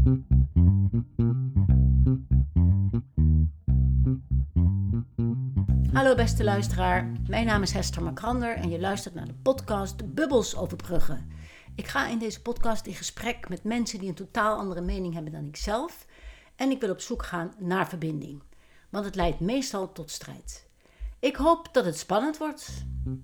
Hallo beste luisteraar, mijn naam is Hester Makrander en je luistert naar de podcast Bubbels overbruggen. Ik ga in deze podcast in gesprek met mensen die een totaal andere mening hebben dan ik zelf. En ik wil op zoek gaan naar verbinding, want het leidt meestal tot strijd. Ik hoop dat het spannend wordt.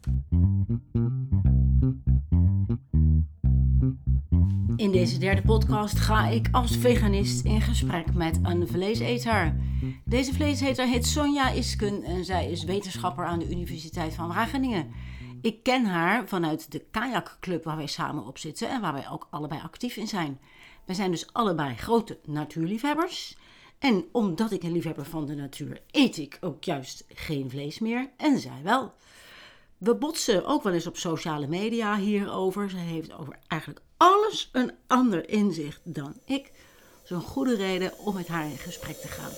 In deze derde podcast ga ik als veganist in gesprek met een vleeseter. Deze vleeseter heet Sonja Isken en zij is wetenschapper aan de Universiteit van Wageningen. Ik ken haar vanuit de kajakclub waar wij samen op zitten en waar wij ook allebei actief in zijn. Wij zijn dus allebei grote natuurliefhebbers. En omdat ik een liefhebber van de natuur, eet ik ook juist geen vlees meer en zij wel. We botsen ook wel eens op sociale media hierover. Ze heeft over eigenlijk alles een ander inzicht dan ik. Dat is een goede reden om met haar in gesprek te gaan.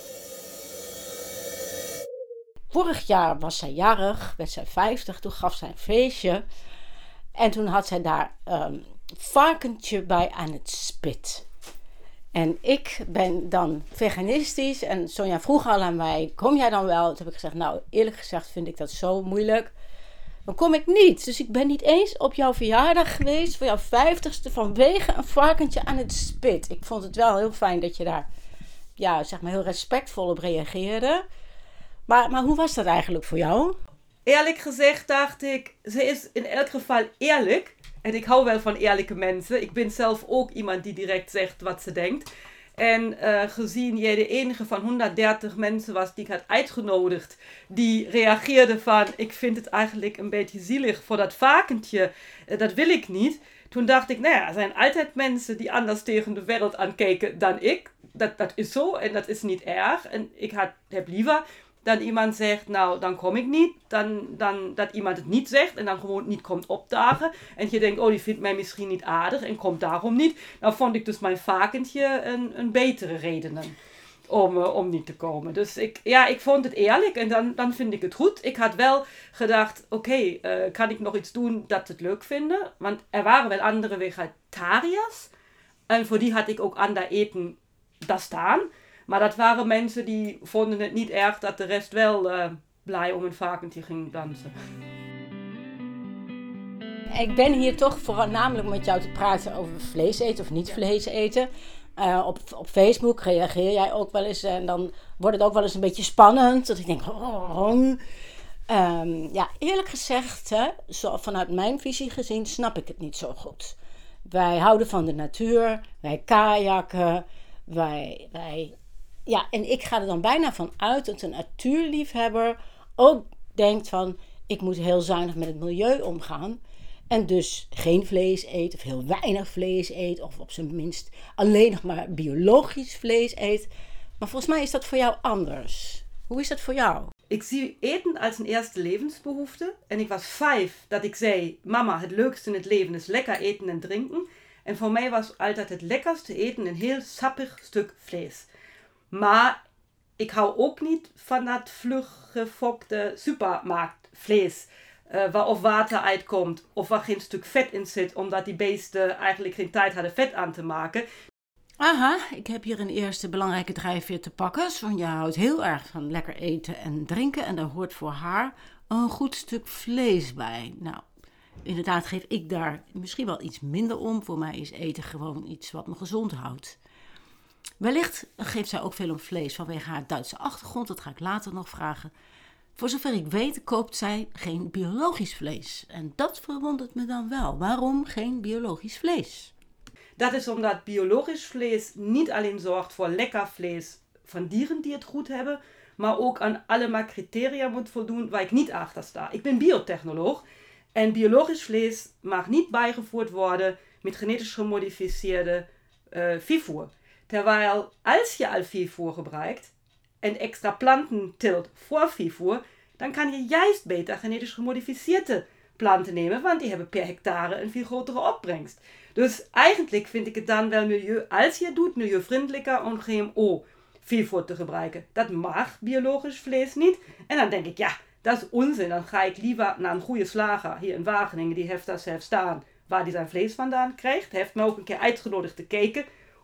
Vorig jaar was zij jarig, werd zij 50, toen gaf zij een feestje. En toen had zij daar een varkentje bij aan het spit. En ik ben dan veganistisch en Sonja vroeg al aan mij, kom jij dan wel? Toen heb ik gezegd, nou eerlijk gezegd vind ik dat zo moeilijk. Dan kom ik niet. Dus ik ben niet eens op jouw verjaardag geweest, voor jouw 50ste, vanwege een varkentje aan het spit. Ik vond het wel heel fijn dat je daar, heel respectvol op reageerde. Maar hoe was dat eigenlijk voor jou? Eerlijk gezegd dacht ik, ze is in elk geval eerlijk. En ik hou wel van eerlijke mensen. Ik ben zelf ook iemand die direct zegt wat ze denkt. En gezien jij de enige van 130 mensen was die ik had uitgenodigd, die reageerde van, ik vind het eigenlijk een beetje zielig voor dat varkentje, dat wil ik niet. Toen dacht ik, er zijn altijd mensen die anders tegen de wereld aankijken dan ik. Dat is zo en dat is niet erg. En ik heb liever dat iemand zegt, nou, dan kom ik niet. Dan dat iemand het niet zegt en dan gewoon niet komt opdagen. En je denkt, die vindt mij misschien niet aardig en komt daarom niet. Nou vond ik dus mijn varkentje een betere redenen om niet te komen. Dus ik vond het eerlijk en dan vind ik het goed. Ik had wel gedacht, kan ik nog iets doen dat ze het leuk vinden? Want er waren wel andere vegetariërs. En voor die had ik ook ander eten daar staan. Maar dat waren mensen die vonden het niet erg dat de rest wel blij om een varkentje ging dansen. Ik ben hier toch voornamelijk met jou te praten over vlees eten of niet vlees eten. Op Facebook reageer jij ook wel eens en dan wordt het ook wel eens een beetje spannend. Dat ik denk, eerlijk gezegd, vanuit mijn visie gezien, snap ik het niet zo goed. Wij houden van de natuur, wij kajakken, en ik ga er dan bijna van uit dat een natuurliefhebber ook denkt van, ik moet heel zuinig met het milieu omgaan. En dus geen vlees eet of heel weinig vlees eet of op zijn minst alleen nog maar biologisch vlees eet. Maar volgens mij is dat voor jou anders. Hoe is dat voor jou? Ik zie eten als een eerste levensbehoefte. En ik was 5 dat ik zei, mama, het leukste in het leven is lekker eten en drinken. En voor mij was altijd het lekkerste eten een heel sappig stuk vlees. Maar ik hou ook niet van dat vlug gefokte supermarktvlees. Waar of water uitkomt of waar geen stuk vet in zit. Omdat die beesten eigenlijk geen tijd hadden vet aan te maken. Aha, ik heb hier een eerste belangrijke drijfveer te pakken. Sonja houdt heel erg van lekker eten en drinken. En daar hoort voor haar een goed stuk vlees bij. Nou, inderdaad geef ik daar misschien wel iets minder om. Voor mij is eten gewoon iets wat me gezond houdt. Wellicht geeft zij ook veel om vlees vanwege haar Duitse achtergrond. Dat ga ik later nog vragen. Voor zover ik weet koopt zij geen biologisch vlees. En dat verwondert me dan wel. Waarom geen biologisch vlees? Dat is omdat biologisch vlees niet alleen zorgt voor lekker vlees van dieren die het goed hebben, maar ook aan allemaal criteria moet voldoen waar ik niet achter sta. Ik ben biotechnoloog en biologisch vlees mag niet bijgevoerd worden met genetisch gemodificeerde veevoer. Terwijl als je al veevoer gebruikt en extra planten tilt voor veevoer, dan kan je juist beter genetisch gemodificeerde planten nemen, want die hebben per hectare een veel grotere opbrengst. Dus eigenlijk vind ik het dan wel als je het doet, milieuvriendelijker om GMO veevoer te gebruiken. Dat mag biologisch vlees niet. En dan denk ik, dat is onzin. Dan ga ik liever naar een goede slager hier in Wageningen, die heeft daar zelf staan, waar hij zijn vlees vandaan krijgt. Hij heeft me ook een keer uitgenodigd te kijken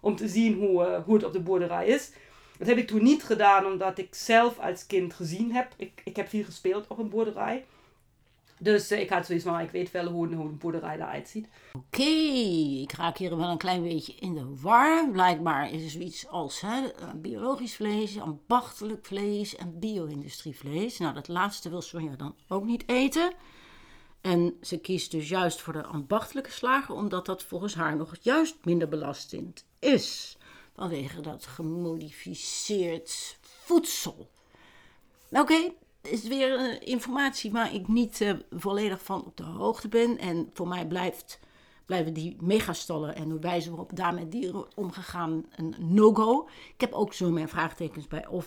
om te zien hoe het op de boerderij is. Dat heb ik toen niet gedaan omdat ik zelf als kind gezien heb. Ik heb veel gespeeld op een boerderij. Dus ik had zoiets van, ik weet wel hoe een boerderij eruit ziet. Oké, ik raak hier wel een klein beetje in de war. Blijkbaar is er zoiets als biologisch vlees, ambachtelijk vlees en bio-industrievlees. Nou, dat laatste wil Sonja dan ook niet eten. En ze kiest dus juist voor de ambachtelijke slager, omdat dat volgens haar nog juist minder belastend is. Vanwege dat gemodificeerd voedsel. Oké, is weer informatie waar ik niet volledig van op de hoogte ben. En voor mij blijven die megastallen en de wijze waarop daar met dieren wordt omgegaan een no-go. Ik heb ook zo mijn vraagtekens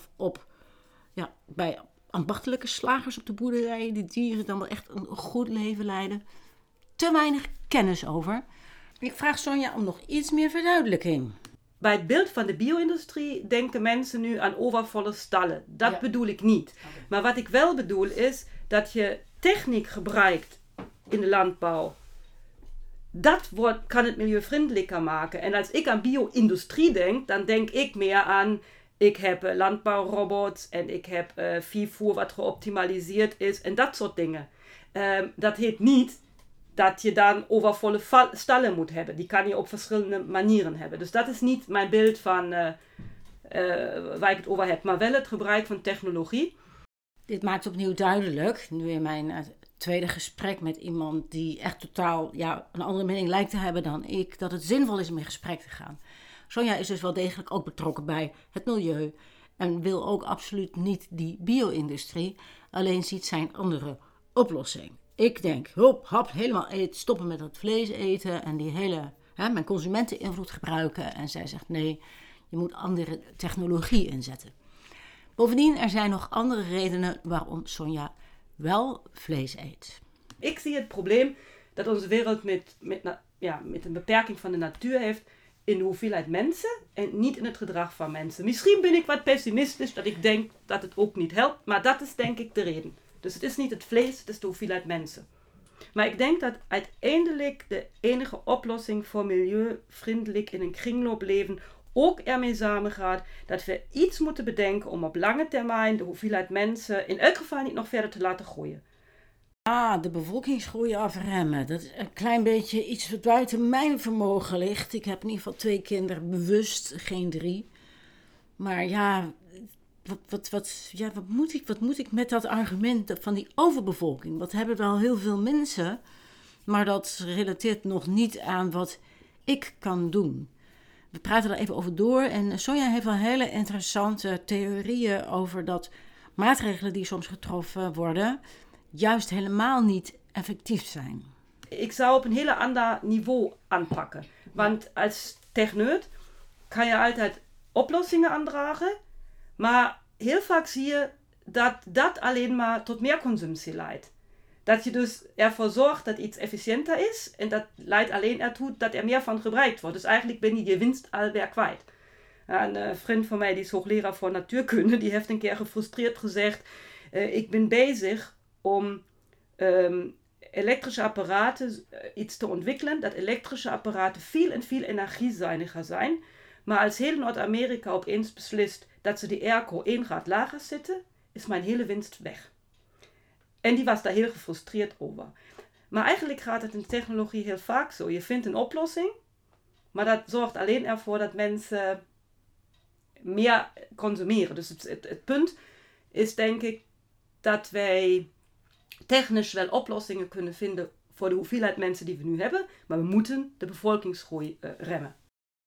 bij ambachtelijke slagers op de boerderijen. Die dieren dan wel echt een goed leven leiden. Te weinig kennis over. Ik vraag Sonja om nog iets meer verduidelijking. Bij het beeld van de bio-industrie denken mensen nu aan overvolle stallen. Dat bedoel ik niet. Okay. Maar wat ik wel bedoel is dat je techniek gebruikt in de landbouw. Dat kan het milieuvriendelijker maken. En als ik aan bio-industrie denk, dan denk ik meer aan... Ik heb landbouwrobots en ik heb veevoer wat geoptimaliseerd is en dat soort dingen. Dat heet niet dat je dan overvolle stallen moet hebben. Die kan je op verschillende manieren hebben. Dus dat is niet mijn beeld van waar ik het over heb. Maar wel het gebruik van technologie. Dit maakt opnieuw duidelijk, nu in mijn tweede gesprek met iemand die echt totaal een andere mening lijkt te hebben dan ik, dat het zinvol is om in gesprek te gaan. Sonja is dus wel degelijk ook betrokken bij het milieu en wil ook absoluut niet die bio-industrie, alleen ziet zij een andere oplossing. Ik denk, helemaal stoppen met dat vlees eten en die hele, mijn consumenteninvloed gebruiken. En zij zegt nee, je moet andere technologie inzetten. Bovendien, er zijn nog andere redenen waarom Sonja wel vlees eet. Ik zie het probleem dat onze wereld met een beperking van de natuur heeft in de hoeveelheid mensen en niet in het gedrag van mensen. Misschien ben ik wat pessimistisch dat ik denk dat het ook niet helpt, maar dat is denk ik de reden. Dus het is niet het vlees, het is de hoeveelheid mensen. Maar ik denk dat uiteindelijk de enige oplossing voor milieuvriendelijk in een kringloopleven ook ermee samengaat dat we iets moeten bedenken om op lange termijn de hoeveelheid mensen in elk geval niet nog verder te laten groeien. De bevolkingsgroei afremmen. Dat is een klein beetje iets wat buiten mijn vermogen ligt. Ik heb in ieder geval 2 kinderen, bewust geen 3. Maar wat moet ik met dat argument van die overbevolking? Wat hebben wel heel veel mensen, maar dat relateert nog niet aan wat ik kan doen. We praten er even over door en Sonja heeft wel hele interessante theorieën over dat maatregelen die soms getroffen worden juist helemaal niet effectief zijn. Ik zou op een hele ander niveau aanpakken. Want als techneut kan je altijd oplossingen aandragen, maar heel vaak zie je dat dat alleen maar tot meer consumptie leidt. Dat je dus ervoor zorgt dat iets efficiënter is en dat leidt alleen ertoe dat er meer van gebruikt wordt. Dus eigenlijk ben je je winst alweer kwijt. Een vriend van mij, die is hoogleraar voor natuurkunde, die heeft een keer gefrustreerd gezegd, ik ben bezig om elektrische apparaten iets te ontwikkelen, dat elektrische apparaten veel en veel energiezuiniger zijn. Maar als heel Noord-Amerika opeens beslist dat ze die airco 1 graad lager zetten, is mijn hele winst weg. En die was daar heel gefrustreerd over. Maar eigenlijk gaat het in technologie heel vaak zo. Je vindt een oplossing, maar dat zorgt alleen ervoor dat mensen meer consumeren. Dus het punt is denk ik dat wij technisch wel oplossingen kunnen vinden voor de hoeveelheid mensen die we nu hebben, maar we moeten de bevolkingsgroei remmen.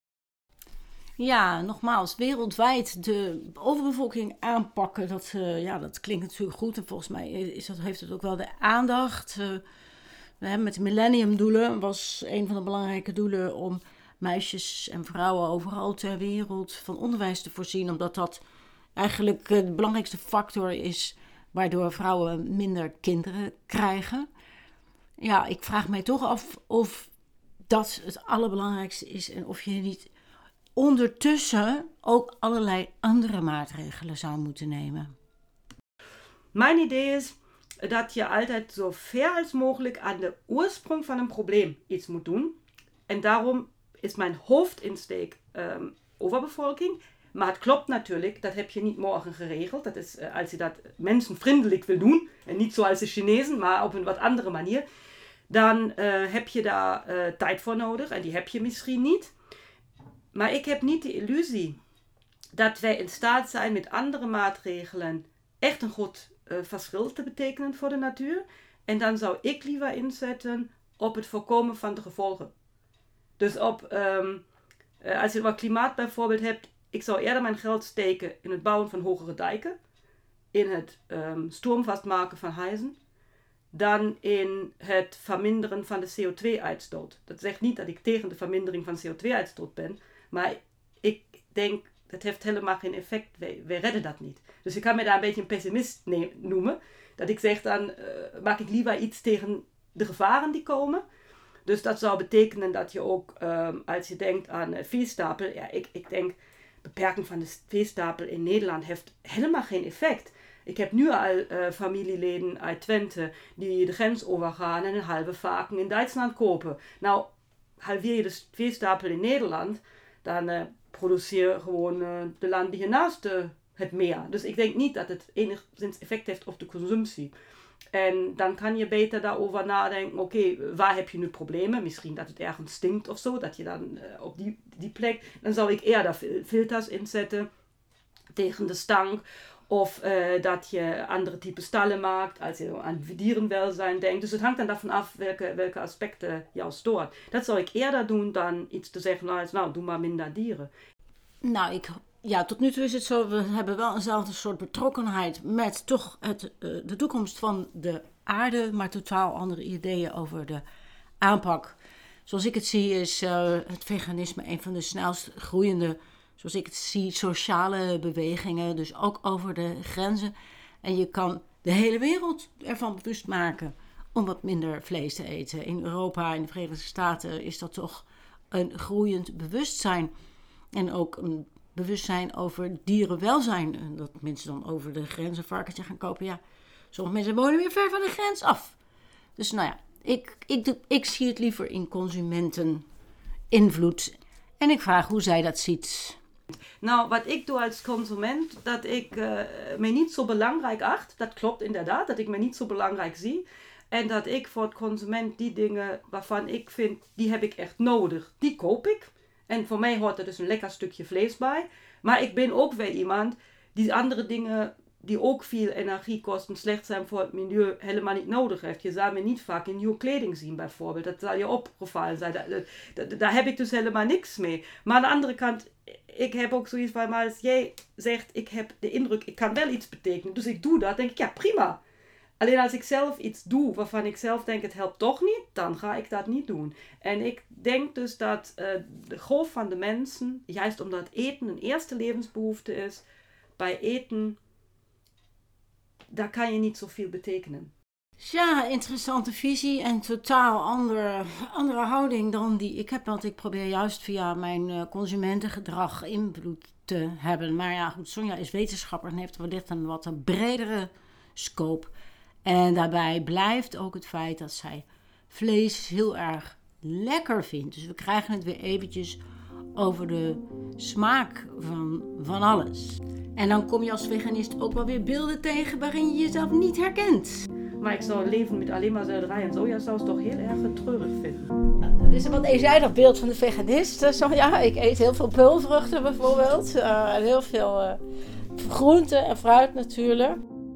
Ja, nogmaals, wereldwijd de overbevolking aanpakken, dat klinkt natuurlijk goed. En volgens mij heeft het ook wel de aandacht. Met de millenniumdoelen was een van de belangrijke doelen om meisjes en vrouwen overal ter wereld van onderwijs te voorzien. Omdat dat eigenlijk de belangrijkste factor is waardoor vrouwen minder kinderen krijgen. Ja, ik vraag mij toch af of dat het allerbelangrijkste is en of je niet ondertussen ook allerlei andere maatregelen zou moeten nemen. Mijn idee is dat je altijd zo ver als mogelijk aan de oorsprong van een probleem iets moet doen. En daarom is mijn hoofdinsteek overbevolking. Maar het klopt natuurlijk, dat heb je niet morgen geregeld. Dat is als je dat mensenvriendelijk wil doen. En niet zoals de Chinezen, maar op een wat andere manier. Dan heb je daar tijd voor nodig. En die heb je misschien niet. Maar ik heb niet de illusie dat wij in staat zijn met andere maatregelen echt een goed verschil te betekenen voor de natuur. En dan zou ik liever inzetten op het voorkomen van de gevolgen. Dus als je wat klimaat bijvoorbeeld hebt, ik zou eerder mijn geld steken in het bouwen van hogere dijken, in het stormvastmaken van huizen, dan in het verminderen van de CO2-uitstoot. Dat zegt niet dat ik tegen de vermindering van CO2-uitstoot ben, maar ik denk, dat heeft helemaal geen effect. Wij redden dat niet. Dus ik kan me daar een beetje een pessimist noemen. Dat ik zeg, dan maak ik liever iets tegen de gevaren die komen. Dus dat zou betekenen dat je ook, als je denkt aan veestapel, ja, ik denk, beperking van de veestapel in Nederland heeft helemaal geen effect. Ik heb nu al familieleden uit Twente die de grens overgaan en een halve varken in Duitsland kopen. Nou, halveer je de veestapel in Nederland, dan produceer je gewoon de landen hiernaast het meer. Dus ik denk niet dat het enigszins effect heeft op de consumptie. En dan kan je beter daarover nadenken, oké, waar heb je nu problemen? Misschien dat het ergens stinkt of zo, dat je dan op die plek, dan zou ik eerder filters inzetten tegen de stank. Of dat je andere type stallen maakt, als je aan dierenwelzijn denkt. Dus het hangt dan daarvan af welke aspecten jou stoort. Dat zou ik eerder doen dan iets te zeggen, nou doe maar minder dieren. Nou, tot nu toe is het zo, we hebben wel eenzelfde soort betrokkenheid met toch de toekomst van de aarde, maar totaal andere ideeën over de aanpak. Zoals ik het zie is het veganisme een van de snelst groeiende, zoals ik het zie, sociale bewegingen, dus ook over de grenzen. En je kan de hele wereld ervan bewust maken om wat minder vlees te eten. In Europa en de Verenigde Staten is dat toch een groeiend bewustzijn. En ook een bewustzijn over dierenwelzijn. En dat mensen dan over de grens een varkentje gaan kopen. Ja, sommige mensen wonen weer ver van de grens af. Dus nou ja, ik zie het liever in consumenteninvloed. En ik vraag hoe zij dat ziet. Nou, wat ik doe als consument, dat ik me niet zo belangrijk acht. Dat klopt inderdaad, dat ik me niet zo belangrijk zie. En dat ik voor het consument die dingen waarvan ik vind, die heb ik echt nodig, die koop ik. En voor mij hoort er dus een lekker stukje vlees bij. Maar ik ben ook weer iemand die andere dingen die ook veel energie kosten, slecht zijn voor het milieu, helemaal niet nodig heeft. Je zal me niet vaak in nieuwe kleding zien bijvoorbeeld. Dat zal je opgevallen zijn. Daar heb ik dus helemaal niks mee. Maar aan de andere kant, ik heb ook zoiets van, maar als jij zegt, ik heb de indruk, ik kan wel iets betekenen, dus ik doe dat, denk ik, ja prima. Alleen als ik zelf iets doe waarvan ik zelf denk het helpt toch niet, dan ga ik dat niet doen. En ik denk dus dat de golf van de mensen, juist omdat eten een eerste levensbehoefte is, bij eten, daar kan je niet zoveel betekenen. Ja, interessante visie en totaal andere houding dan die ik heb. Want ik probeer juist via mijn consumentengedrag invloed te hebben. Maar ja, goed, Sonja is wetenschapper en heeft wellicht een wat bredere scope. En daarbij blijft ook het feit dat zij vlees heel erg lekker vindt. Dus we krijgen het weer eventjes over de smaak van alles. En dan kom je als veganist ook wel weer beelden tegen waarin je jezelf niet herkent. Maar ik zou leven met alleen maar selderij en sojasaus toch heel erg treurig vinden. Nou, dat is een wat eenzijdig beeld van de veganist. Ja, ik eet heel veel peulvruchten bijvoorbeeld. En heel veel groenten en fruit natuurlijk.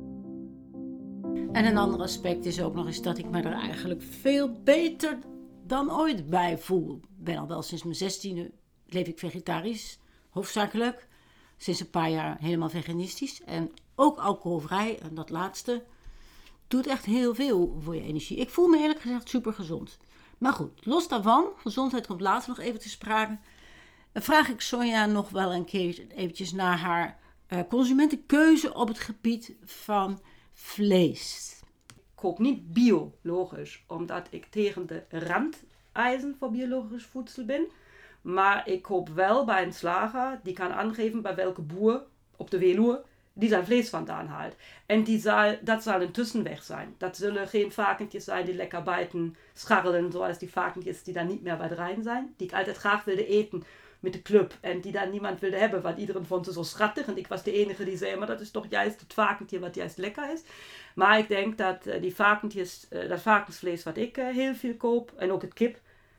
En een ander aspect is ook nog eens dat ik me er eigenlijk veel beter dan ooit bij voel. Ik ben al wel sinds mijn 16e leef ik vegetarisch, hoofdzakelijk. Sinds een paar jaar helemaal veganistisch. En ook alcoholvrij. En dat laatste doet echt heel veel voor je energie. Ik voel me eerlijk gezegd super gezond. Maar goed, los daarvan, gezondheid komt later nog even te sprake. Dan vraag ik Sonja nog wel een keer eventjes naar haar consumentenkeuze op het gebied van vlees. Ik koop niet biologisch, omdat ik tegen de randeisen voor biologisch voedsel ben. Maar ik koop wel bij een slager die kan aangeven bij welke boer op de Veluwe die zijn vlees vandaan haalt. En dat zal een tussenweg zijn. Dat zullen geen varkentjes zijn die lekker bijten, scharrelen, zoals die varkentjes die dan niet meer bij de Rijn zijn. Die ik altijd graag wilde eten met de club. En die dan niemand wilde hebben, want iedereen vond ze zo schattig. En ik was de enige die zei, maar dat is toch juist het varkentje wat juist lekker is. Maar ik denk dat die varkentjes, dat varkensvlees wat ik heel veel koop, en ook het kip,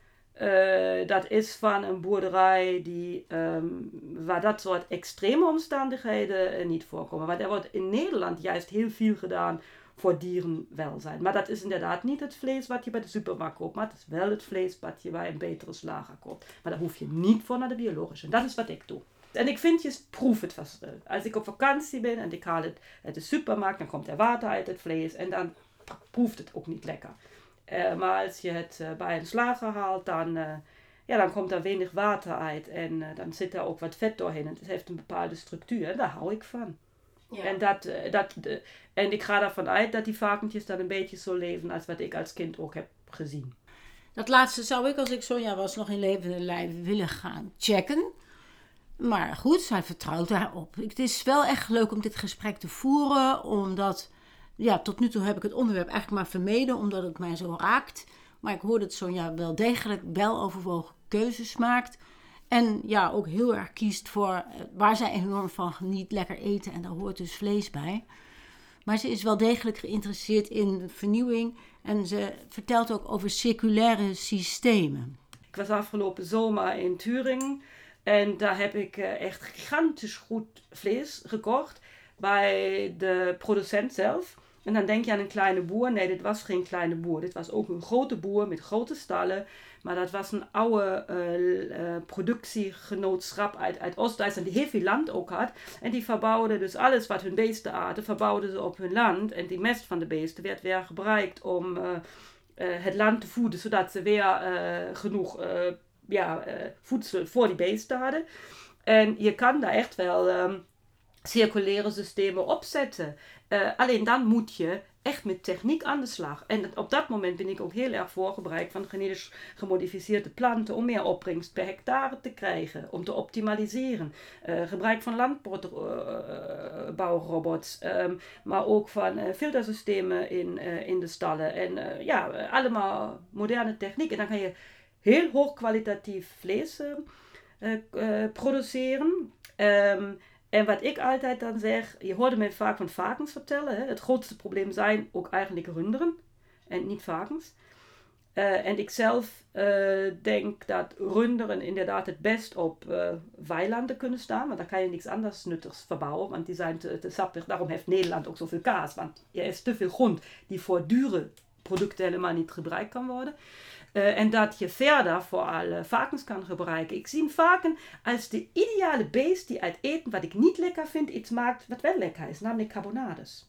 dat is van een boerderij waar dat soort extreme omstandigheden niet voorkomen. Want er wordt in Nederland juist heel veel gedaan voor dierenwelzijn. Maar dat is inderdaad niet het vlees wat je bij de supermarkt koopt. Maar het is wel het vlees wat je bij een betere slager koopt. Maar daar hoef je niet voor naar de biologische. Dat is wat ik doe. En ik vind, je proef het verschil. Als ik op vakantie ben en ik haal het uit de supermarkt, dan komt er water uit het vlees en dan proeft het ook niet lekker. Maar als je het bij een slager haalt, dan komt er weinig water uit en dan zit er ook wat vet doorheen. En het heeft een bepaalde structuur en daar hou ik van. Ja. En ik ga ervan uit dat die varkentjes dan een beetje zo leven als wat ik als kind ook heb gezien. Dat laatste zou ik, als ik Sonja was, nog in levende lijve willen gaan checken. Maar goed, zij vertrouwt daarop. Het is wel echt leuk om dit gesprek te voeren, omdat tot nu toe heb ik het onderwerp eigenlijk maar vermeden, omdat het mij zo raakt. Maar ik hoor dat Sonja wel degelijk weloverwogen keuzes maakt. En ook heel erg kiest voor waar zij enorm van geniet, lekker eten. En daar hoort dus vlees bij. Maar ze is wel degelijk geïnteresseerd in vernieuwing. En ze vertelt ook over circulaire systemen. Ik was afgelopen zomer in Thüringen. En daar heb ik echt gigantisch goed vlees gekocht bij de producent zelf. En dan denk je aan een kleine boer. Nee, dit was geen kleine boer. Dit was ook een grote boer met grote stallen. Maar dat was een oude productiegenootschap uit Oost-Duitsland die heel veel land ook had. En die verbouwden dus alles wat hun beesten aten, verbouwden ze op hun land. En die mest van de beesten werd weer gebruikt om het land te voeden, zodat ze weer genoeg voedsel voor die beesten hadden. En je kan daar echt wel circulaire systemen opzetten. Alleen dan moet je echt met techniek aan de slag. En op dat moment ben ik ook heel erg voor gebruik van genetisch gemodificeerde planten om meer opbrengst per hectare te krijgen, om te optimaliseren. Gebruik van landbouwrobots, maar ook van filtersystemen in de stallen. En allemaal moderne techniek. En dan kan je heel hoogkwalitatief vlees produceren. En wat ik altijd dan zeg, je hoorde mij vaak van varkens vertellen. Hè? Het grootste probleem zijn ook eigenlijk runderen en niet varkens. En ik zelf denk dat runderen inderdaad het best op weilanden kunnen staan. Want daar kan je niks anders nuttigs verbouwen, want die zijn te sappig. Daarom heeft Nederland ook zoveel kaas, want er is te veel grond die voor dure producten helemaal niet gebruikt kan worden. En dat je verder vooral varkens kan gebruiken. Ik zie een varken als de ideale beest die uit eten wat ik niet lekker vind iets maakt wat wel lekker is, namelijk carbonades.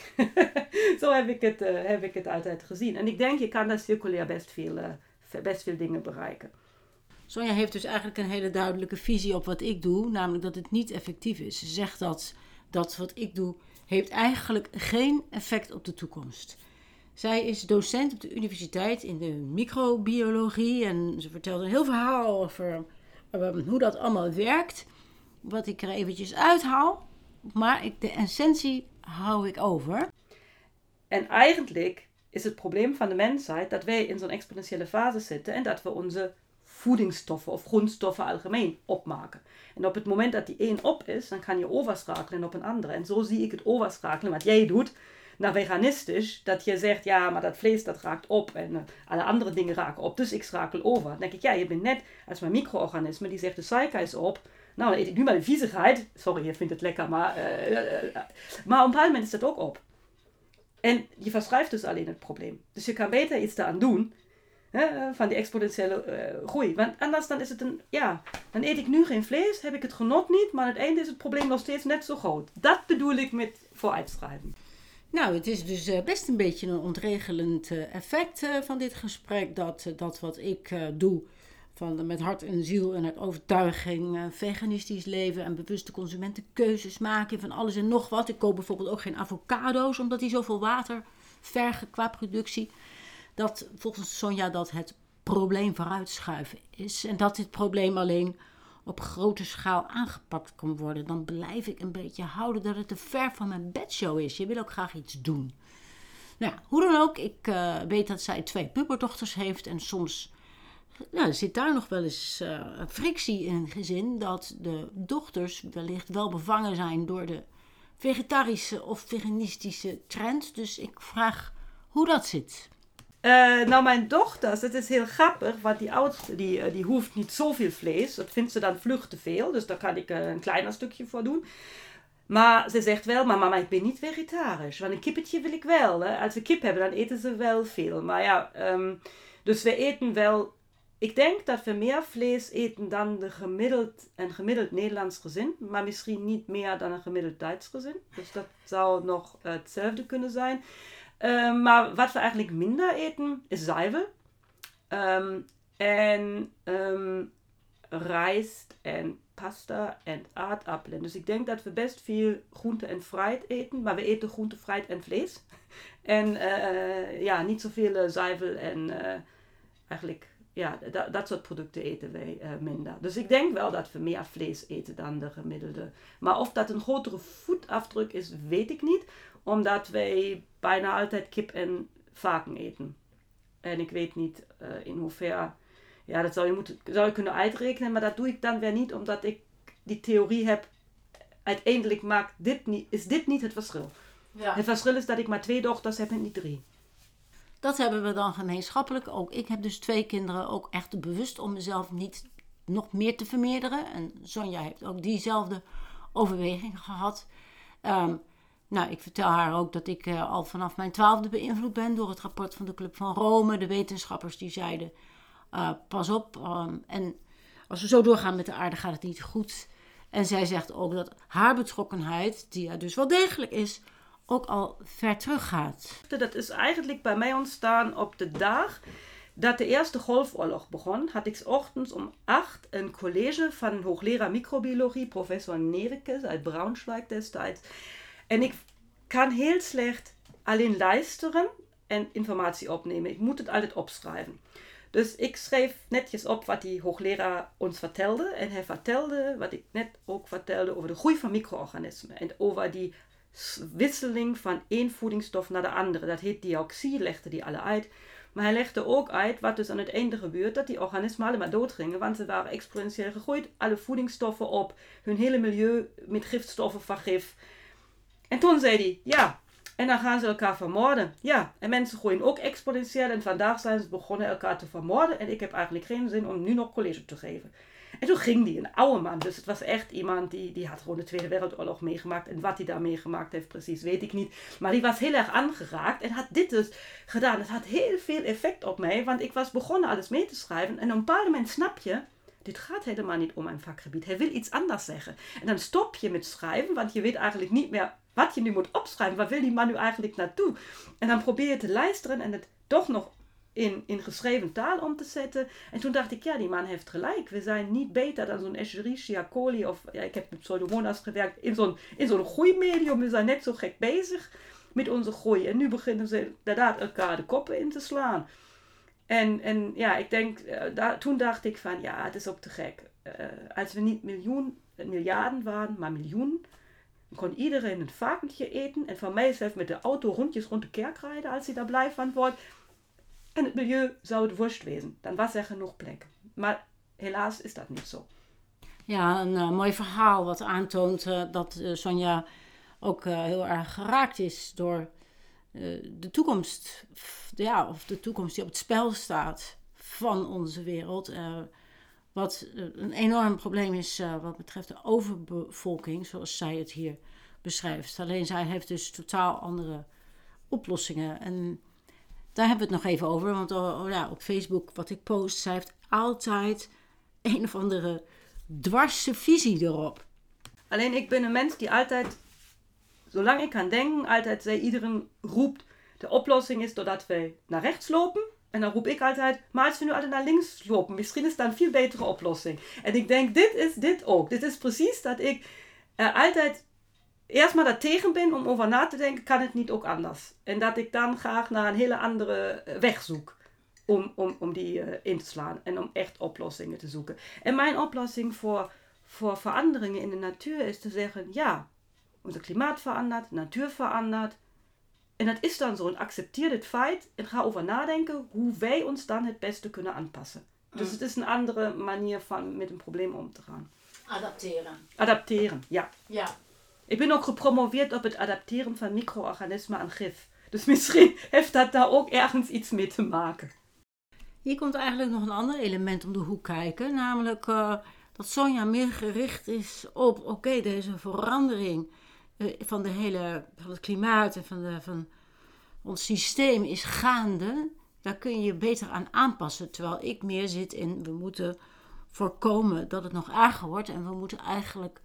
Zo heb ik het altijd gezien. En ik denk je kan daar circulair best veel dingen bereiken. Sonja heeft dus eigenlijk een hele duidelijke visie op wat ik doe, namelijk dat het niet effectief is. Ze zegt dat wat ik doe heeft eigenlijk geen effect op de toekomst. Zij is docent op de universiteit in de microbiologie en ze vertelt een heel verhaal over hoe dat allemaal werkt. Wat ik er eventjes uithaal, maar de essentie hou ik over. En eigenlijk is het probleem van de mensheid dat wij in zo'n exponentiële fase zitten en dat we onze voedingsstoffen of grondstoffen algemeen opmaken. En op het moment dat die één op is, dan kan je overschakelen op een andere. En zo zie ik het overschakelen, wat jij doet, naar veganistisch, dat je zegt, ja, maar dat vlees dat raakt op en alle andere dingen raken op, dus ik schakel over. Dan denk ik, ja, je bent net als mijn micro-organisme, die zegt de suiker is op, nou, dan eet ik nu maar de viezigheid. Sorry, je vindt het lekker, maar op een bepaald moment is dat ook op. En je verschuift dus alleen het probleem. Dus je kan beter iets eraan doen, van die exponentiële groei. Want anders dan is het dan eet ik nu geen vlees, heb ik het genot niet, maar aan het einde is het probleem nog steeds net zo groot. Dat bedoel ik met vooruitschrijven. Nou, het is dus best een beetje een ontregelend effect van dit gesprek. Dat wat ik doe, met hart en ziel en uit overtuiging veganistisch leven en bewuste consumentenkeuzes maken van alles en nog wat. Ik koop bijvoorbeeld ook geen avocado's, omdat die zoveel water vergen qua productie. Dat volgens Sonja dat het probleem vooruitschuiven is. En dat dit probleem alleen op grote schaal aangepakt kan worden, dan blijf ik een beetje houden dat het te ver van mijn bedshow is. Je wil ook graag iets doen. Nou, hoe dan ook, ik weet dat zij 2 puberdochters heeft en soms zit daar nog wel eens frictie in het gezin dat de dochters wellicht wel bevangen zijn door de vegetarische of veganistische trend. Dus ik vraag hoe dat zit. Nou, mijn dochters, dat is heel grappig, want die oudste die hoeft niet zoveel vlees. Dat vindt ze dan vlug te veel, dus daar kan ik een kleiner stukje voor doen. Maar ze zegt wel, maar mama, ik ben niet vegetarisch, want een kippetje wil ik wel. Hè. Als we kip hebben, dan eten ze wel veel. Maar ja, dus we eten wel. Ik denk dat we meer vlees eten dan een gemiddeld Nederlands gezin, maar misschien niet meer dan een gemiddeld Duits gezin. Dus dat zou nog hetzelfde kunnen zijn. Maar wat we eigenlijk minder eten, is zuivel. En rijst en pasta en aardappelen. Dus ik denk dat we best veel groente en fruit eten, maar we eten groente, fruit en vlees. En niet zoveel zuivel en eigenlijk dat soort producten eten wij minder. Dus ik denk wel dat we meer vlees eten dan de gemiddelde. Maar of dat een grotere voetafdruk is, weet ik niet. Omdat wij bijna altijd kip en varken eten. En ik weet niet in hoeverre. Ja, dat zou je kunnen uitrekenen, maar dat doe ik dan weer niet, omdat ik die theorie heb. Uiteindelijk is dit niet het verschil. Ja. Het verschil is dat ik maar 2 dochters heb en niet 3. Dat hebben we dan gemeenschappelijk. Ook ik heb dus 2 kinderen, ook echt bewust om mezelf niet nog meer te vermeerderen. En Sonja heeft ook diezelfde overweging gehad. Ik vertel haar ook dat ik al vanaf mijn 12e beïnvloed ben door het rapport van de Club van Rome. De wetenschappers die zeiden, pas op. En als we zo doorgaan met de aarde gaat het niet goed. En zij zegt ook dat haar betrokkenheid, die er dus wel degelijk is, ook al ver teruggaat. Dat is eigenlijk bij mij ontstaan op de dag dat de Eerste Golfoorlog begon. Had ik 's ochtends om 8 een college van hoogleraar microbiologie, professor Nerikes uit Braunschweig destijds. En ik kan heel slecht alleen luisteren en informatie opnemen. Ik moet het altijd opschrijven. Dus ik schreef netjes op wat die hoogleraar ons vertelde. En hij vertelde wat ik net ook vertelde over de groei van micro-organismen. En over die wisseling van één voedingsstof naar de andere. Dat heet dioxie, legde die alle uit. Maar hij legde ook uit wat dus aan het einde gebeurt, dat die organismen allemaal doodgingen, want ze waren exponentieel gegroeid, alle voedingsstoffen op, hun hele milieu met gifstoffen vergif. En toen zei hij, ja, en dan gaan ze elkaar vermoorden. Ja, en mensen groeien ook exponentieel en vandaag zijn ze begonnen elkaar te vermoorden en ik heb eigenlijk geen zin om nu nog college te geven. En toen ging die, een oude man, dus het was echt iemand die had gewoon de Tweede Wereldoorlog meegemaakt. En wat hij daar meegemaakt heeft precies, weet ik niet. Maar die was heel erg aangeraakt en had dit dus gedaan. Het had heel veel effect op mij, want ik was begonnen alles mee te schrijven. En op een bepaald moment snap je, dit gaat helemaal niet om mijn vakgebied. Hij wil iets anders zeggen. En dan stop je met schrijven, want je weet eigenlijk niet meer wat je nu moet opschrijven. Waar wil die man nu eigenlijk naartoe? En dan probeer je te luisteren en het toch nog in geschreven taal om te zetten. En toen dacht ik, ja, die man heeft gelijk. We zijn niet beter dan zo'n Escherichia coli of, ja, ik heb met Pseudomonas gewerkt, in zo'n groeimedium. We zijn net zo gek bezig met onze groei. En nu beginnen ze inderdaad elkaar de koppen in te slaan. En ja, ik denk, toen dacht ik van, ja, het is ook te gek. Als we niet miljarden waren, maar miljoen, kon iedereen een varkentje eten. En van mij zelf met de auto rondjes rond de kerk rijden, als hij daar blij van wordt. En het milieu zou het worst wezen. Dan was er genoeg plek. Maar helaas is dat niet zo. Ja, een mooi verhaal wat aantoont dat Sonja ook heel erg geraakt is door de toekomst. Ja, of de toekomst die op het spel staat van onze wereld. Wat een enorm probleem is wat betreft de overbevolking, zoals zij het hier beschrijft. Alleen zij heeft dus totaal andere oplossingen. En daar hebben we het nog even over, want op Facebook wat ik post, zij heeft altijd een of andere dwarse visie erop. Alleen ik ben een mens die altijd, zolang ik kan denken, altijd iedereen roept, de oplossing is doordat wij naar rechts lopen. En dan roep ik altijd, maar als we nu altijd naar links lopen, misschien is dat een veel betere oplossing. En ik denk, dit is dit ook. Dit is precies dat ik altijd eerst maar daar tegen ben om over na te denken, kan het niet ook anders. En dat ik dan graag naar een hele andere weg zoek. om die in te slaan en om echt oplossingen te zoeken. En mijn oplossing voor veranderingen in de natuur is te zeggen, ja, ons klimaat verandert, de natuur verandert. En dat is dan zo. En accepteer dit feit en ga over nadenken hoe wij ons dan het beste kunnen aanpassen. Dus het is een andere manier van met een probleem om te gaan. Adapteren, ja. Ik ben ook gepromoveerd op het adapteren van micro-organismen aan gif. Dus misschien heeft dat daar ook ergens iets mee te maken. Hier komt eigenlijk nog een ander element om de hoek kijken. Namelijk dat Sonja meer gericht is op deze verandering van het klimaat en van ons systeem is gaande. Daar kun je je beter aan aanpassen. Terwijl ik meer zit in, we moeten voorkomen dat het nog erger wordt. En we moeten eigenlijk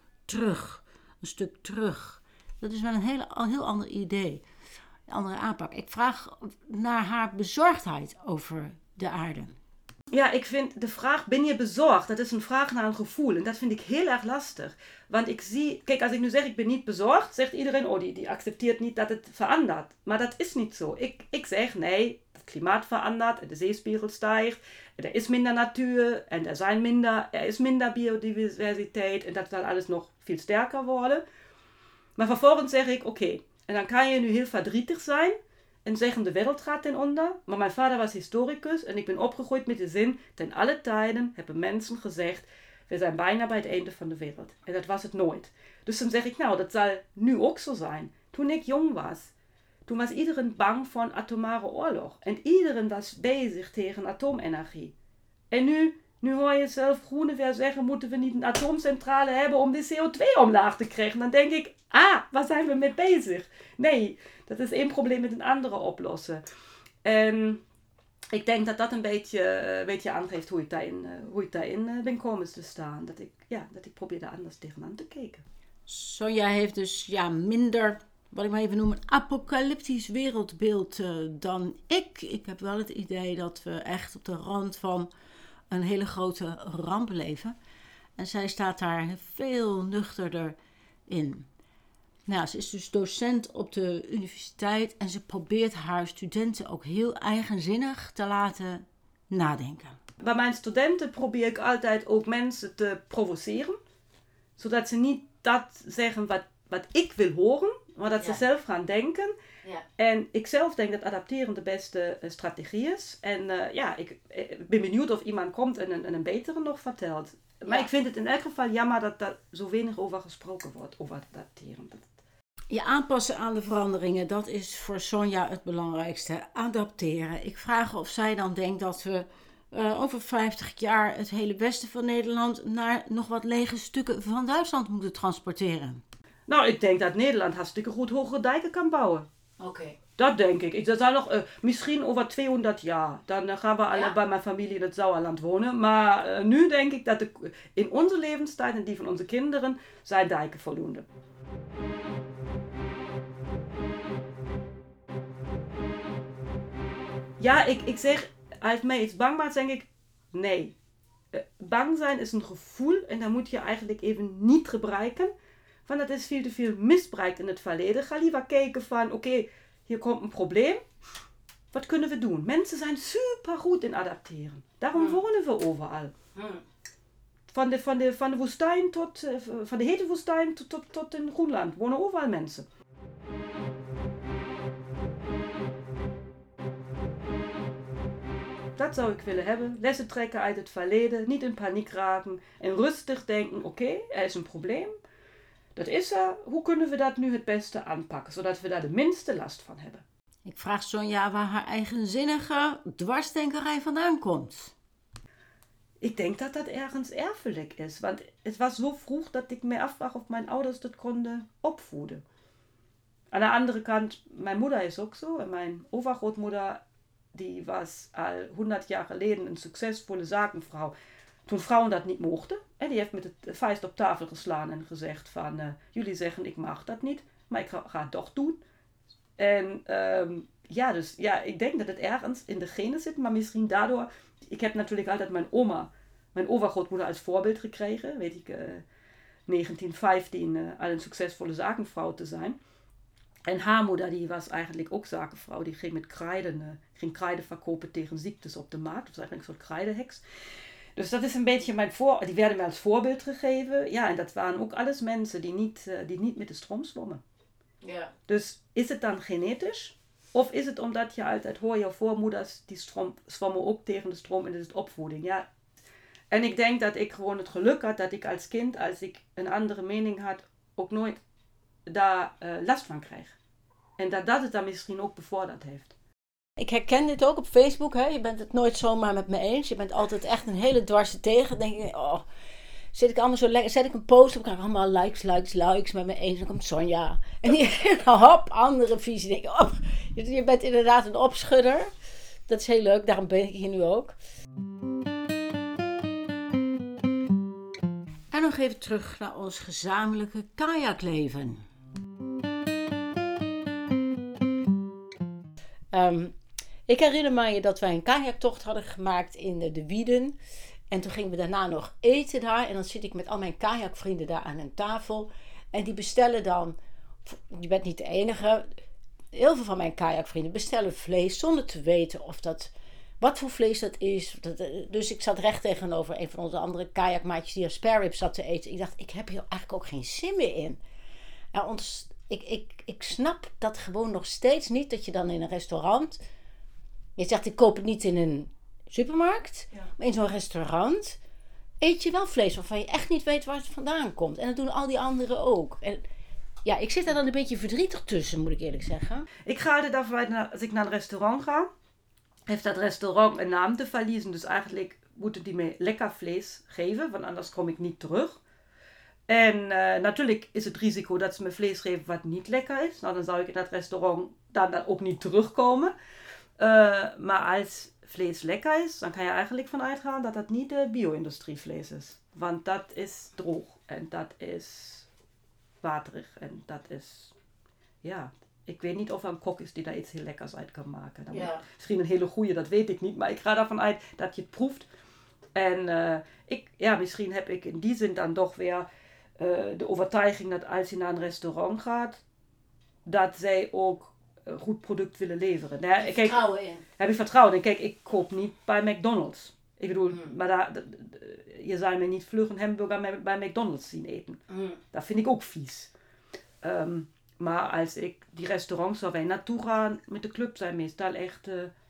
een stuk terug. Dat is wel een heel ander idee. Een andere aanpak. Ik vraag naar haar bezorgdheid over de aarde. Ja, ik vind de vraag, ben je bezorgd? Dat is een vraag naar een gevoel. En dat vind ik heel erg lastig. Want ik zie, kijk, als ik nu zeg ik ben niet bezorgd, zegt iedereen, die accepteert niet dat het verandert. Maar dat is niet zo. Ik zeg, nee, het klimaat verandert, de zeespiegel stijgt, er is minder natuur en er is minder biodiversiteit en dat zal alles nog veel sterker worden. Maar vervolgens zeg ik, oké, en dan kan je nu heel verdrietig zijn en zeggen de wereld gaat ten onder. Maar mijn vader was historicus en ik ben opgegroeid met de zin, ten alle tijden hebben mensen gezegd, we zijn bijna bij het einde van de wereld. En dat was het nooit. Dus dan zeg ik, nou, dat zal nu ook zo zijn. Toen ik jong was, toen was iedereen bang voor een atomare oorlog. En iedereen was bezig tegen atoomenergie. En nu hoor je zelf groenen weer zeggen, moeten we niet een atoomcentrale hebben om de CO2 omlaag te krijgen. Dan denk ik, waar zijn we mee bezig? Nee, dat is één probleem met een andere oplossen. En ik denk dat dat een beetje aangeeft hoe ik daarin ben komen te staan. Dat ik probeer daar anders tegenaan te kijken. Sonja heeft dus minder, wat ik maar even noem, een apocalyptisch wereldbeeld dan ik. Ik heb wel het idee dat we echt op de rand van een hele grote ramp leven. En zij staat daar veel nuchterder in. Nou, ze is dus docent op de universiteit en ze probeert haar studenten ook heel eigenzinnig te laten nadenken. Bij mijn studenten probeer ik altijd ook mensen te provoceren, zodat ze niet dat zeggen wat ik wil horen, maar dat ze zelf gaan denken. Ja. En ik zelf denk dat adapteren de beste strategie is. En ik ben benieuwd of iemand komt en een betere nog vertelt. Maar ik vind het in elk geval jammer dat daar zo weinig over gesproken wordt, over adapteren. Je aanpassen aan de veranderingen, dat is voor Sonja het belangrijkste. Adapteren. Ik vraag of zij dan denkt dat we over 50 jaar het hele westen van Nederland naar nog wat lege stukken van Duitsland moeten transporteren. Nou, ik denk dat Nederland hartstikke goed hogere dijken kan bouwen. Oké. Dat denk ik. Dat zal nog misschien over 200 jaar. Dan gaan we alle bij mijn familie in het Sauerland wonen. Maar nu denk ik dat in onze levenstijd en die van onze kinderen zijn dijken voldoende. Ja, ik zeg, als mij iets bang maakt, denk ik, nee. Bang zijn is een gevoel en dat moet je eigenlijk even niet gebruiken. Want dat is veel te veel misbruikt in het verleden. Ga liever kijken van, oké, hier komt een probleem. Wat kunnen we doen? Mensen zijn super goed in adapteren. Daarom wonen we overal. Van de woestijn van de hete woestijn tot in Groenland wonen overal mensen. Dat zou ik willen hebben. Lessen trekken uit het verleden. Niet in paniek raken. En rustig denken, oké, er is een probleem. Dat is er. Hoe kunnen we dat nu het beste aanpakken? Zodat we daar de minste last van hebben. Ik vraag Sonja waar haar eigenzinnige dwarsdenkerij vandaan komt. Ik denk dat dat ergens erfelijk is. Want het was zo vroeg dat ik me afvraag of mijn ouders dat konden opvoeden. Aan de andere kant, mijn moeder is ook zo. En mijn overgrootmoeder, die was al 100 jaar geleden een succesvolle zakenvrouw. Toen vrouwen dat niet mochten. En die heeft met het vuist op tafel geslaan en gezegd van, jullie zeggen ik mag dat niet, maar ik ga het toch doen. En ik denk dat het ergens in de genen zit, maar misschien daardoor, ik heb natuurlijk altijd mijn overgrootmoeder als voorbeeld gekregen, weet ik, 1915 al een succesvolle zakenvrouw te zijn. En haar moeder, die was eigenlijk ook zakenvrouw. Die ging met kruiden verkopen tegen ziektes op de markt. Dat was eigenlijk een soort kruidenheks. Dus dat is een beetje die werden mij als voorbeeld gegeven. Ja, en dat waren ook alles mensen die niet met de stroom zwommen. Ja. Dus is het dan genetisch? Of is het omdat je altijd hoort, jouw voormoeders, die zwommen ook tegen de stroom en dat is het opvoeding. Ja. En ik denk dat ik gewoon het geluk had dat ik als kind, als ik een andere mening had, ook nooit daar last van kreeg. En dat het dan misschien ook bevorderd heeft. Ik herken dit ook op Facebook. Hè? Je bent het nooit zomaar met me eens. Je bent altijd echt een hele dwarse tegen. Dan denk ik, zit ik allemaal zo lekker. Zet ik een post, dan krijg ik allemaal likes met me eens. Dan komt Sonja. En die hop, andere visie. Dan denk ik, je bent inderdaad een opschudder. Dat is heel leuk, daarom ben ik hier nu ook. En nog even terug naar ons gezamenlijke kajakleven. Ik herinner me dat wij een kajaktocht hadden gemaakt in de Wieden. En toen gingen we daarna nog eten daar. En dan zit ik met al mijn kajakvrienden daar aan een tafel. En die bestellen dan, je bent niet de enige, heel veel van mijn kajakvrienden bestellen vlees zonder te weten wat voor vlees dat is. Dus ik zat recht tegenover een van onze andere kajakmaatjes die een spare rib zat te eten. Ik dacht, ik heb hier eigenlijk ook geen zin meer in. Ik snap dat gewoon nog steeds niet, dat je dan in een restaurant, je zegt ik koop het niet in een supermarkt, maar in zo'n restaurant eet je wel vlees waarvan je echt niet weet waar het vandaan komt. En dat doen al die anderen ook. En ja, ik zit daar dan een beetje verdrietig tussen, moet ik eerlijk zeggen. Ik ga er daarvan uit, als ik naar een restaurant ga, heeft dat restaurant een naam te verliezen. Dus eigenlijk moeten die me lekker vlees geven, want anders kom ik niet terug. En natuurlijk is het risico dat ze me vlees geven wat niet lekker is. Nou, dan zou ik in dat restaurant dan ook niet terugkomen. Maar als vlees lekker is, dan kan je eigenlijk van uitgaan dat dat niet bio-industrievlees is. Want dat is droog en dat is waterig en dat is, ja, ik weet niet of er een kok is die daar iets heel lekkers uit kan maken. Misschien een hele goeie, dat weet ik niet, maar ik ga ervan uit dat je het proeft. En misschien heb ik in die zin dan toch weer de overtuiging dat als je naar een restaurant gaat, dat zij ook een goed product willen leveren. Heb je vertrouwen in? Heb ik vertrouwen in. Kijk, ik koop niet bij McDonald's. Ik bedoel, maar je zou mij niet vlug een hamburger bij McDonald's zien eten. Dat vind ik ook vies. Maar als ik die restaurants waar wij naartoe gaan met de club zijn meestal echt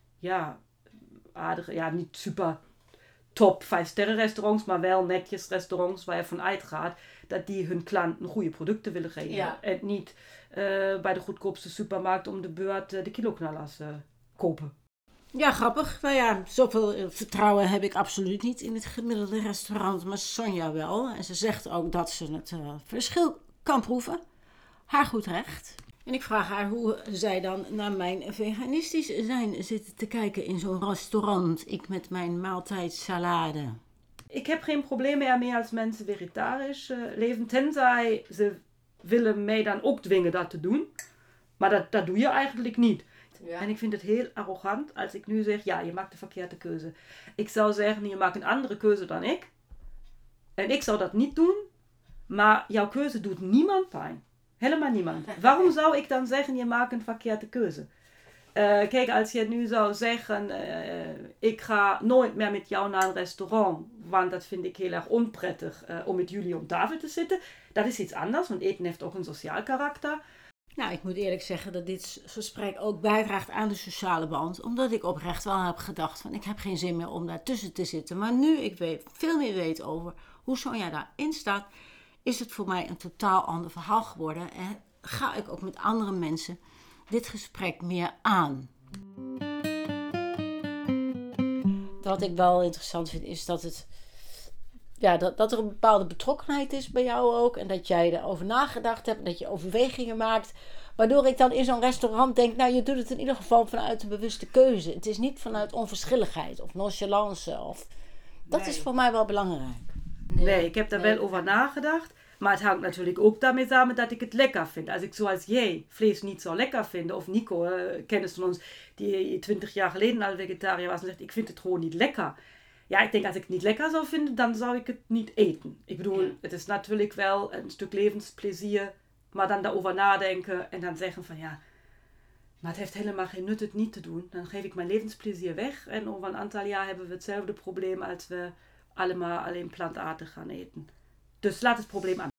aardige, niet super top 5-sterren restaurants, maar wel netjes restaurants waar je van uitgaat dat die hun klanten goede producten willen geven. Ja. En niet bij de goedkoopste supermarkt om de beurt de kiloknallers kopen. Ja, grappig. Nou ja, zoveel vertrouwen heb ik absoluut niet in het gemiddelde restaurant, maar Sonja wel. En ze zegt ook dat ze het verschil kan proeven. Haar goed recht. En ik vraag haar hoe zij dan naar mijn veganistisch zijn zit te kijken in zo'n restaurant. Ik met mijn maaltijdsalade. Ik heb geen problemen ermee als mensen vegetarisch leven, tenzij ze willen mij dan ook dwingen dat te doen. Maar dat doe je eigenlijk niet. Ja. En ik vind het heel arrogant als ik nu zeg, ja, je maakt de verkeerde keuze. Ik zou zeggen, je maakt een andere keuze dan ik. En ik zou dat niet doen, maar jouw keuze doet niemand pijn. Helemaal niemand. Waarom zou ik dan zeggen, je maakt een verkeerde keuze? Kijk, als je nu zou zeggen, ik ga nooit meer met jou naar een restaurant, want dat vind ik heel erg onprettig om met jullie om tafel te zitten. Dat is iets anders, want eten heeft ook een sociaal karakter. Nou, ik moet eerlijk zeggen dat dit gesprek ook bijdraagt aan de sociale band. Omdat ik oprecht wel heb gedacht van ik heb geen zin meer om daartussen te zitten. Maar nu ik veel meer weet over hoe Sonja daarin staat, is het voor mij een totaal ander verhaal geworden. En ga ik ook met andere mensen dit gesprek meer aan. Wat ik wel interessant vind is dat dat er een bepaalde betrokkenheid is bij jou ook. En dat jij erover nagedacht hebt. En dat je overwegingen maakt. Waardoor ik dan in zo'n restaurant denk, nou je doet het in ieder geval vanuit een bewuste keuze. Het is niet vanuit onverschilligheid of nonchalance. Dat is voor mij wel belangrijk. Nee, ik heb daar wel over nagedacht. Maar het hangt natuurlijk ook daarmee samen dat ik het lekker vind. Als ik zoals jij vlees niet zo lekker vind, of Nico, kennis van ons, die 20 jaar geleden al vegetariër was en zegt, ik vind het gewoon niet lekker. Ja, ik denk als ik het niet lekker zou vinden, dan zou ik het niet eten. Ik bedoel, het is natuurlijk wel een stuk levensplezier, Maar dan daarover nadenken en dan zeggen van ja, maar het heeft helemaal geen nut het niet te doen. Dan geef ik mijn levensplezier weg en over een aantal jaar hebben we hetzelfde probleem als we allemaal alleen plantaardig gaan eten. Dus laat het probleem aan.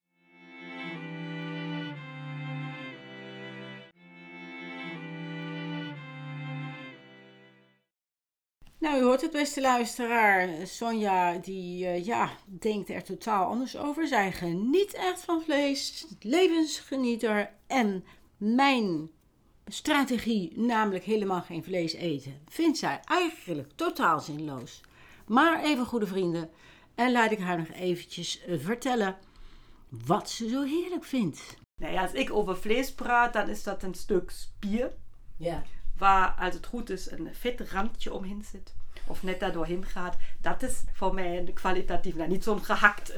Nou, u hoort het, beste luisteraar. Sonja die denkt er totaal anders over. Zij geniet echt van vlees, levensgenieter. En mijn strategie, namelijk helemaal geen vlees eten, vindt zij eigenlijk totaal zinloos. Maar even goede vrienden, en laat ik haar nog eventjes vertellen wat ze zo heerlijk vindt. Nou ja, als ik over vlees praat, dan is dat een stuk spier. Ja. Waar, als het goed is, een vet randje omheen zit. Of net daar doorheen gaat. Dat is voor mij een kwalitatief. Nou, niet zo'n gehakt.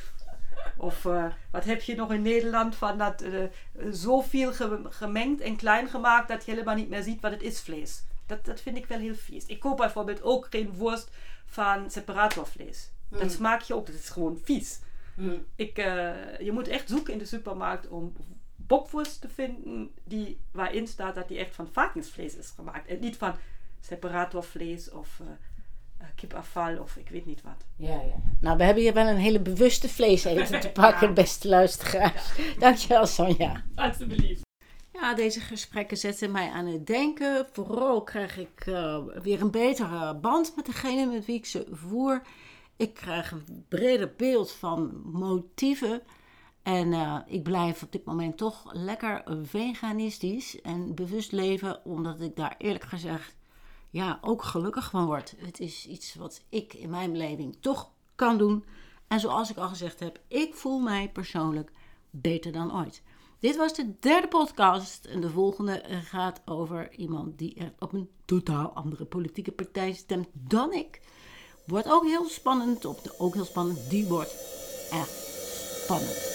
Wat heb je nog in Nederland van dat zoveel gemengd en klein gemaakt dat je helemaal niet meer ziet wat het is, vlees. Dat vind ik wel heel vies. Ik koop bijvoorbeeld ook geen worst van separatorvlees. Dat smaak je ook. Dat is gewoon vies. Je moet echt zoeken in de supermarkt om bokworst te vinden waarin staat dat die echt van varkensvlees is gemaakt. En niet van separatorvlees of kipafval of ik weet niet wat. Ja. Nou, we hebben hier wel een hele bewuste vleeseter te pakken, beste luisteraars. Ja. Dankjewel, Sonja. Alsjeblieft. Ja, deze gesprekken zetten mij aan het denken. Vooral krijg ik weer een betere band met degene met wie ik ze voer. Ik krijg een breder beeld van motieven. En ik blijf op dit moment toch lekker veganistisch en bewust leven, omdat ik daar eerlijk gezegd ook gelukkig van word. Het is iets wat ik in mijn beleving toch kan doen. En zoals ik al gezegd heb, ik voel mij persoonlijk beter dan ooit. Dit was de 3e podcast en de volgende gaat over iemand die er op een totaal andere politieke partij stemt dan ik. Wordt ook heel spannend, die wordt echt spannend.